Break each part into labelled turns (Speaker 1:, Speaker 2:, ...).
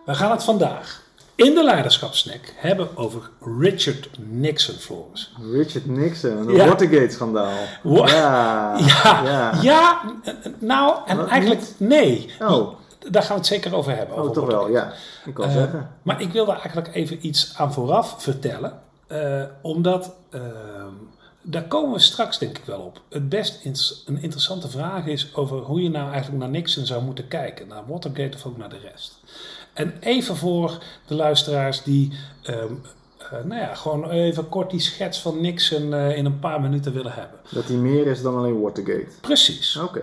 Speaker 1: We gaan het vandaag in de leiderschapssnack hebben over Richard Nixon, Floris.
Speaker 2: Richard Nixon, het Watergate-schandaal.
Speaker 1: Nou, en
Speaker 2: wat,
Speaker 1: eigenlijk
Speaker 2: niet?
Speaker 1: nee.
Speaker 2: Oh.
Speaker 1: Daar gaan we het zeker over hebben. Over
Speaker 2: toch wel,
Speaker 1: Watergate.
Speaker 2: ja. Ik kan zeggen.
Speaker 1: Maar ik wil daar eigenlijk even iets aan vooraf vertellen. Omdat, daar komen we straks denk ik wel op. Het best een interessante vraag is over hoe je nou eigenlijk naar Nixon zou moeten kijken. Naar Watergate of ook naar de rest. En even voor de luisteraars die gewoon even kort die schets van Nixon in een paar minuten willen hebben.
Speaker 2: Dat hij meer is dan alleen Watergate.
Speaker 1: Precies.
Speaker 2: Oké.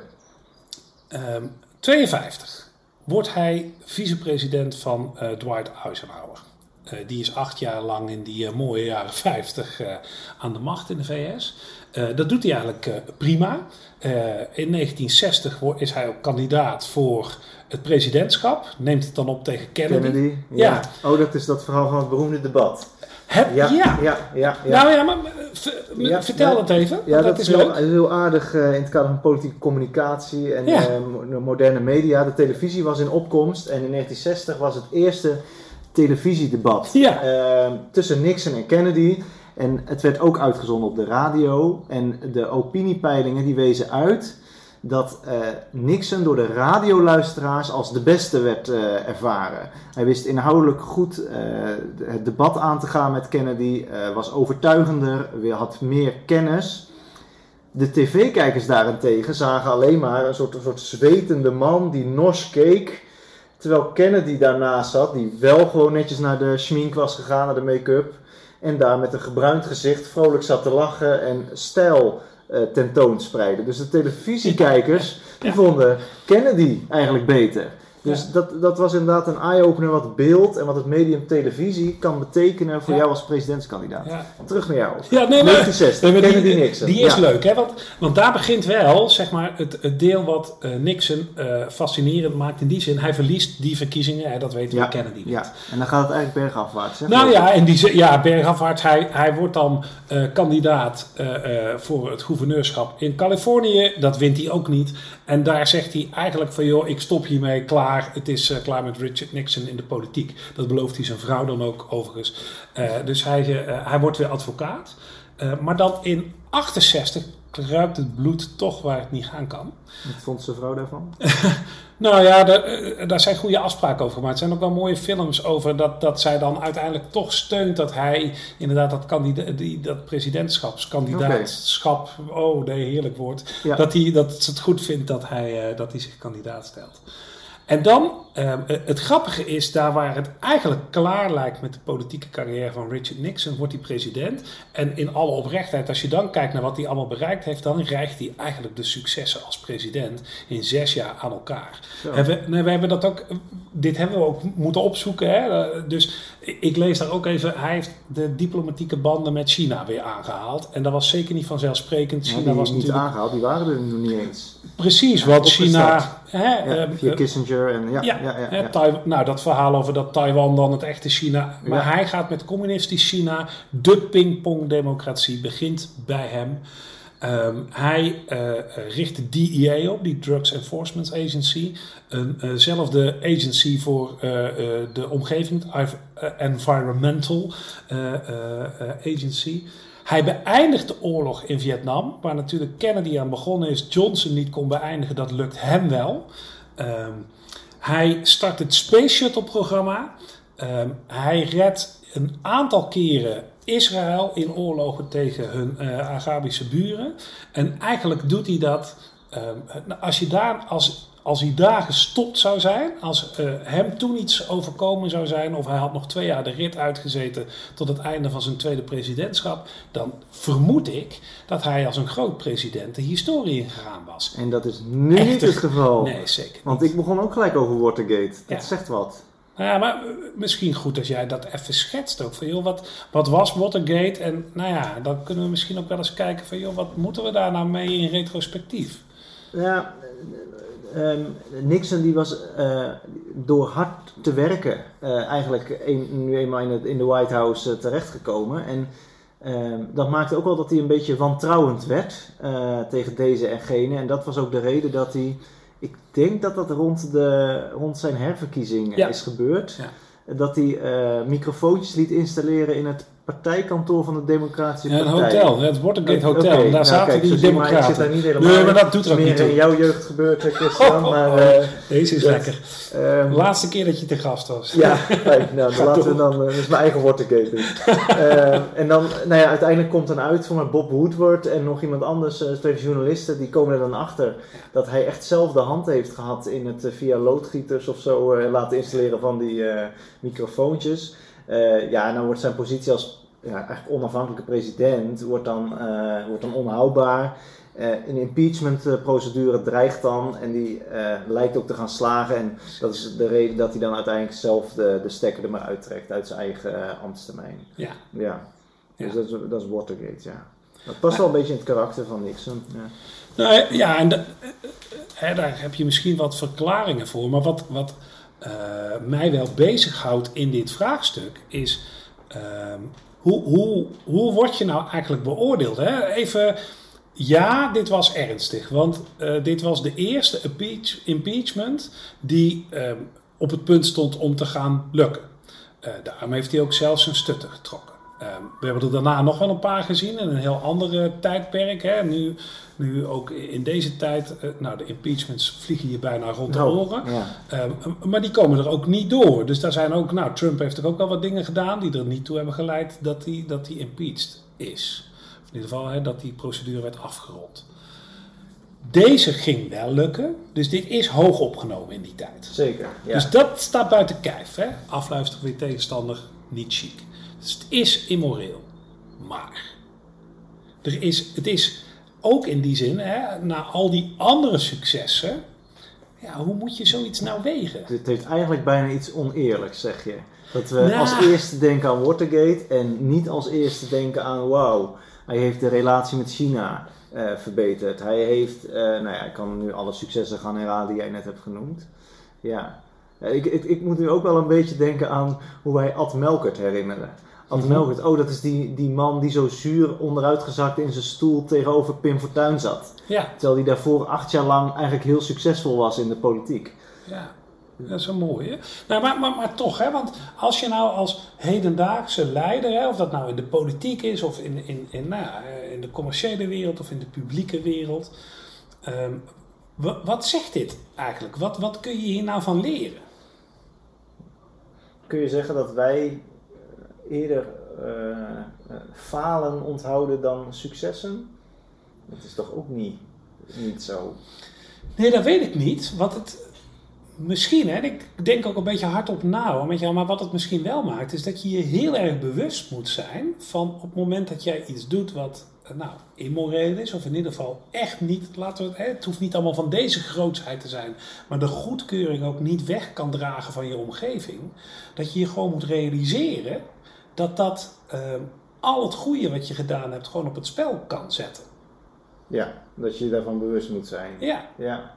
Speaker 1: 52 wordt hij vicepresident van Dwight Eisenhower. Die is 8 jaar lang in die mooie jaren 50 aan de macht in de VS. Dat doet hij eigenlijk prima. In 1960 is hij ook kandidaat voor het presidentschap. Neemt het dan op tegen Kennedy.
Speaker 2: Ja. Oh, dat is dat verhaal van het beroemde debat.
Speaker 1: Ja. Nou ja, maar vertel dat even.
Speaker 2: Ja, dat
Speaker 1: is
Speaker 2: is
Speaker 1: leuk.
Speaker 2: heel aardig in het kader van politieke communicatie en moderne media. De televisie was in opkomst en in 1960 was het eerste televisiedebat tussen Nixon en Kennedy. En het werd ook uitgezonden op de radio. En de opiniepeilingen die wezen uit dat Nixon door de radioluisteraars als de beste werd ervaren. Hij wist inhoudelijk goed het debat aan te gaan met Kennedy, was overtuigender, had meer kennis. De tv-kijkers daarentegen zagen alleen maar een soort zwetende man die nors keek, terwijl Kennedy daarnaast zat, die wel gewoon netjes naar de schmink was gegaan, naar de make-up, en daar met een gebruind gezicht vrolijk zat te lachen en stijl tentoonspreiden. Dus de televisiekijkers die vonden Kennedy eigenlijk beter. Dus dat was inderdaad een eye-opener wat beeld en wat het medium televisie kan betekenen voor jou als presidentskandidaat. Ja. Terug naar jou. 1960, Kennedy Nixon.
Speaker 1: Die is leuk, hè? Want daar begint wel zeg maar, het deel wat Nixon fascinerend maakt in die zin. Hij verliest die verkiezingen, dat weten we, Kennedy niet.
Speaker 2: Ja, en dan gaat het eigenlijk bergafwaarts. Hè?
Speaker 1: Nou ja, bergafwaarts. Hij wordt dan kandidaat voor het gouverneurschap in Californië. Dat wint hij ook niet. En daar zegt hij eigenlijk van, joh, ik stop hiermee, klaar. Het is klaar met Richard Nixon in de politiek. Dat belooft hij zijn vrouw dan ook overigens. Dus hij wordt weer advocaat. Maar dan in 68 ruikt het bloed toch waar het niet gaan kan.
Speaker 2: Wat vond zijn vrouw daarvan?
Speaker 1: Nou ja, daar zijn goede afspraken over gemaakt. Er zijn ook wel mooie films over dat zij dan uiteindelijk toch steunt dat hij inderdaad dat presidentschapskandidaatschap, heerlijk woord, dat ze het goed vindt dat hij zich kandidaat stelt. En dan, het grappige is, daar waar het eigenlijk klaar lijkt met de politieke carrière van Richard Nixon, wordt hij president. En in alle oprechtheid, als je dan kijkt naar wat hij allemaal bereikt heeft, dan rijgt hij eigenlijk de successen als president in 6 jaar aan elkaar. En we hebben dat ook, dit hebben we ook moeten opzoeken. Hè? Dus ik lees daar ook even, hij heeft de diplomatieke banden met China weer aangehaald. En dat was zeker niet vanzelfsprekend. China was
Speaker 2: niet
Speaker 1: natuurlijk
Speaker 2: aangehaald, die waren er nog niet eens.
Speaker 1: Precies, want China...
Speaker 2: via Kissinger en
Speaker 1: Nou, dat verhaal over dat Taiwan dan het echte China. Maar hij gaat met communistisch China. De pingpongdemocratie begint bij hem. Hij richt de DEA op, die Drugs Enforcement Agency. Eenzelfde agency voor de omgeving, Environmental Agency. Hij beëindigt de oorlog in Vietnam, waar natuurlijk Kennedy aan begonnen is. Johnson niet kon beëindigen, dat lukt hem wel. Hij start het Space Shuttle programma. Hij redt een aantal keren Israël in oorlogen tegen hun Arabische buren. En eigenlijk doet hij dat, als hij daar gestopt zou zijn, als hem toen iets overkomen zou zijn, of hij had nog 2 jaar de rit uitgezeten tot het einde van zijn tweede presidentschap, dan vermoed ik dat hij als een groot president de historie ingegaan was.
Speaker 2: En dat is nu niet het geval.
Speaker 1: Nee, zeker niet.
Speaker 2: Want ik begon ook gelijk over Watergate. Dat zegt wat.
Speaker 1: Nou ja, maar misschien goed als jij dat even schetst ook. Van, joh, wat was Watergate? En nou ja, dan kunnen we misschien ook wel eens kijken van, joh, wat moeten we daar nou mee in retrospectief?
Speaker 2: Ja, Nixon die was door hard te werken eigenlijk nu eenmaal in de White House terechtgekomen. En dat maakte ook wel dat hij een beetje wantrouwend werd tegen deze en gene. En dat was ook de reden dat hij Ik denk dat rond zijn herverkiezing is gebeurd. Ja. Dat hij microfoontjes liet installeren in het partijkantoor van de Democratische Partij.
Speaker 1: Een hotel, het Watergate Hotel. Okay. Daar zaten die democraten.
Speaker 2: Maar ik zit daar niet helemaal
Speaker 1: nee, maar dat doet er ook niet toe.
Speaker 2: In jouw jeugd gebeurt, Christian. Maar,
Speaker 1: deze is lekker. De laatste keer dat je te gast was.
Speaker 2: Ja, kijk, nou, laten we dan, dat is mijn eigen Watergate. En dan, uiteindelijk komt dan uit voor Bob Woodward en nog iemand anders, 2 journalisten, die komen er dan achter dat hij echt zelf de hand heeft gehad in het via loodgieters of zo laten installeren van die microfoontjes. En dan wordt zijn positie als eigenlijk onafhankelijke president wordt dan onhoudbaar. Een impeachment-procedure dreigt dan en die lijkt ook te gaan slagen. En dat is de reden dat hij dan uiteindelijk zelf de stekker er maar uittrekt uit zijn eigen ambtstermijn. Ja. Dus dat is Watergate, ja. Dat past wel een beetje in het karakter van Nixon. Ja.
Speaker 1: En daar heb je misschien wat verklaringen voor. Maar wat mij wel bezighoudt in dit vraagstuk is... Hoe word je nou eigenlijk beoordeeld? Hè? Even, dit was ernstig. Want dit was de eerste impeachment die op het punt stond om te gaan lukken. Daarom heeft hij ook zelfs een stutter getrokken. We hebben er daarna nog wel een paar gezien in een heel andere tijdperk. Hè? Nu ook in deze tijd, de impeachments vliegen je bijna rond de oren. Ja. Maar die komen er ook niet door. Dus daar zijn ook, Trump heeft er ook wel wat dingen gedaan die er niet toe hebben geleid dat hij impeached is. Of in ieder geval dat die procedure werd afgerond. Deze ging wel lukken, dus dit is hoog opgenomen in die tijd.
Speaker 2: Zeker, ja.
Speaker 1: Dus dat staat buiten kijf. Hè? Afluisteren van je tegenstander, niet chic. Dus het is immoreel. Maar het is ook in die zin, na al die andere successen, hoe moet je zoiets nou wegen?
Speaker 2: Het heeft eigenlijk bijna iets oneerlijks, zeg je. Dat we als eerste denken aan Watergate en niet als eerste denken aan wauw, hij heeft de relatie met China verbeterd. Hij heeft, ik kan nu alle successen gaan herhalen die jij net hebt genoemd. Ja. Ik moet nu ook wel een beetje denken aan hoe wij Ad Melkert herinneren. Ad Melkert, dat is die man die zo zuur onderuitgezakt in zijn stoel tegenover Pim Fortuyn zat. Ja. Terwijl hij daarvoor 8 jaar lang eigenlijk heel succesvol was in de politiek.
Speaker 1: Ja, dat is wel mooi, hè? Nou, maar toch, hè? Want als je nou als hedendaagse leider, hè, of dat nou in de politiek is, of in de commerciële wereld, of in de publieke wereld, wat zegt dit eigenlijk? Wat kun je hier nou van leren?
Speaker 2: Kun je zeggen dat wij eerder falen onthouden dan successen? Dat is toch ook niet zo?
Speaker 1: Nee, dat weet ik niet. Misschien, ik denk ook een beetje hardop na, maar wat het misschien wel maakt, is dat je je heel erg bewust moet zijn van op het moment dat jij iets doet wat immoreel is, of in ieder geval echt niet, het hoeft niet allemaal van deze grootsheid te zijn, maar de goedkeuring ook niet weg kan dragen van je omgeving, dat je je gewoon moet realiseren dat al het goede wat je gedaan hebt gewoon op het spel kan zetten.
Speaker 2: Ja, dat je daarvan bewust moet zijn.
Speaker 1: Ja.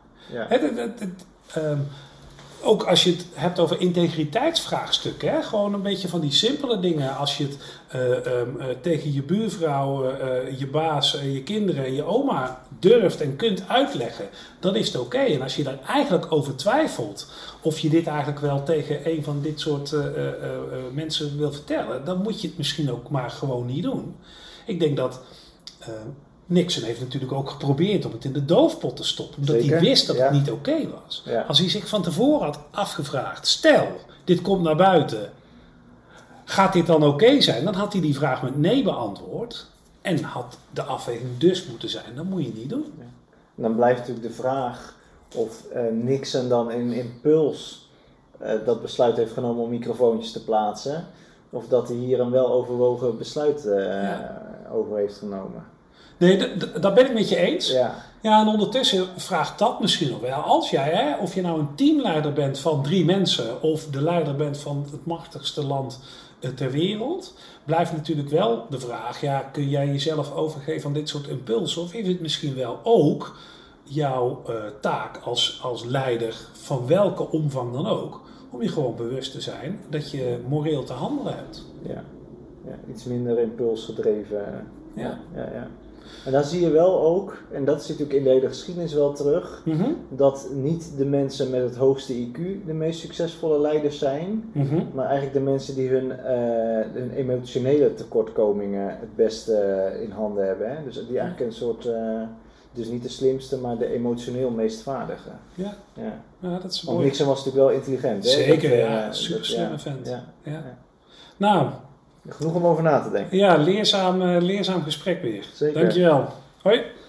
Speaker 1: Ook als je het hebt over integriteitsvraagstukken, hè? Gewoon een beetje van die simpele dingen. Als je het tegen je buurvrouw, je baas, je kinderen en je oma durft en kunt uitleggen, dan is het oké. En als je daar eigenlijk over twijfelt of je dit eigenlijk wel tegen een van dit soort mensen wil vertellen, dan moet je het misschien ook maar gewoon niet doen. Ik denk dat Nixon heeft natuurlijk ook geprobeerd om het in de doofpot te stoppen. Omdat hij wist dat het niet oké was. Ja. Als hij zich van tevoren had afgevraagd, stel, dit komt naar buiten, gaat dit dan oké zijn? Dan had hij die vraag met nee beantwoord. En had de afweging dus moeten zijn. Dat moet je niet doen. Ja.
Speaker 2: Dan blijft natuurlijk de vraag of Nixon dan in impuls dat besluit heeft genomen om microfoontjes te plaatsen. Of dat hij hier een weloverwogen besluit over heeft genomen.
Speaker 1: Nee, dat ben ik met je eens. Ja, en ondertussen vraagt dat misschien nog wel. Als jij, of je nou een teamleider bent van 3 mensen of de leider bent van het machtigste land ter wereld, blijft natuurlijk wel de vraag, kun jij jezelf overgeven aan dit soort impulsen? Of is het misschien wel ook jouw taak als leider van welke omvang dan ook, om je gewoon bewust te zijn dat je moreel te handelen hebt?
Speaker 2: Ja, iets minder impulsgedreven.
Speaker 1: Ja.
Speaker 2: En dan zie je wel ook, en dat zit natuurlijk in de hele geschiedenis wel terug, dat niet de mensen met het hoogste IQ de meest succesvolle leiders zijn, maar eigenlijk de mensen die hun emotionele tekortkomingen het beste in handen hebben. Hè? Dus die eigenlijk een soort, dus niet de slimste, maar de emotioneel meest vaardige.
Speaker 1: Ja, dat is mooi.
Speaker 2: Want Nixon was natuurlijk wel intelligent. Hè?
Speaker 1: Zeker, super slimme vent. Ja. Nou,
Speaker 2: genoeg om over na te denken.
Speaker 1: Ja, leerzaam gesprek weer.
Speaker 2: Zeker.
Speaker 1: Dankjewel. Hoi.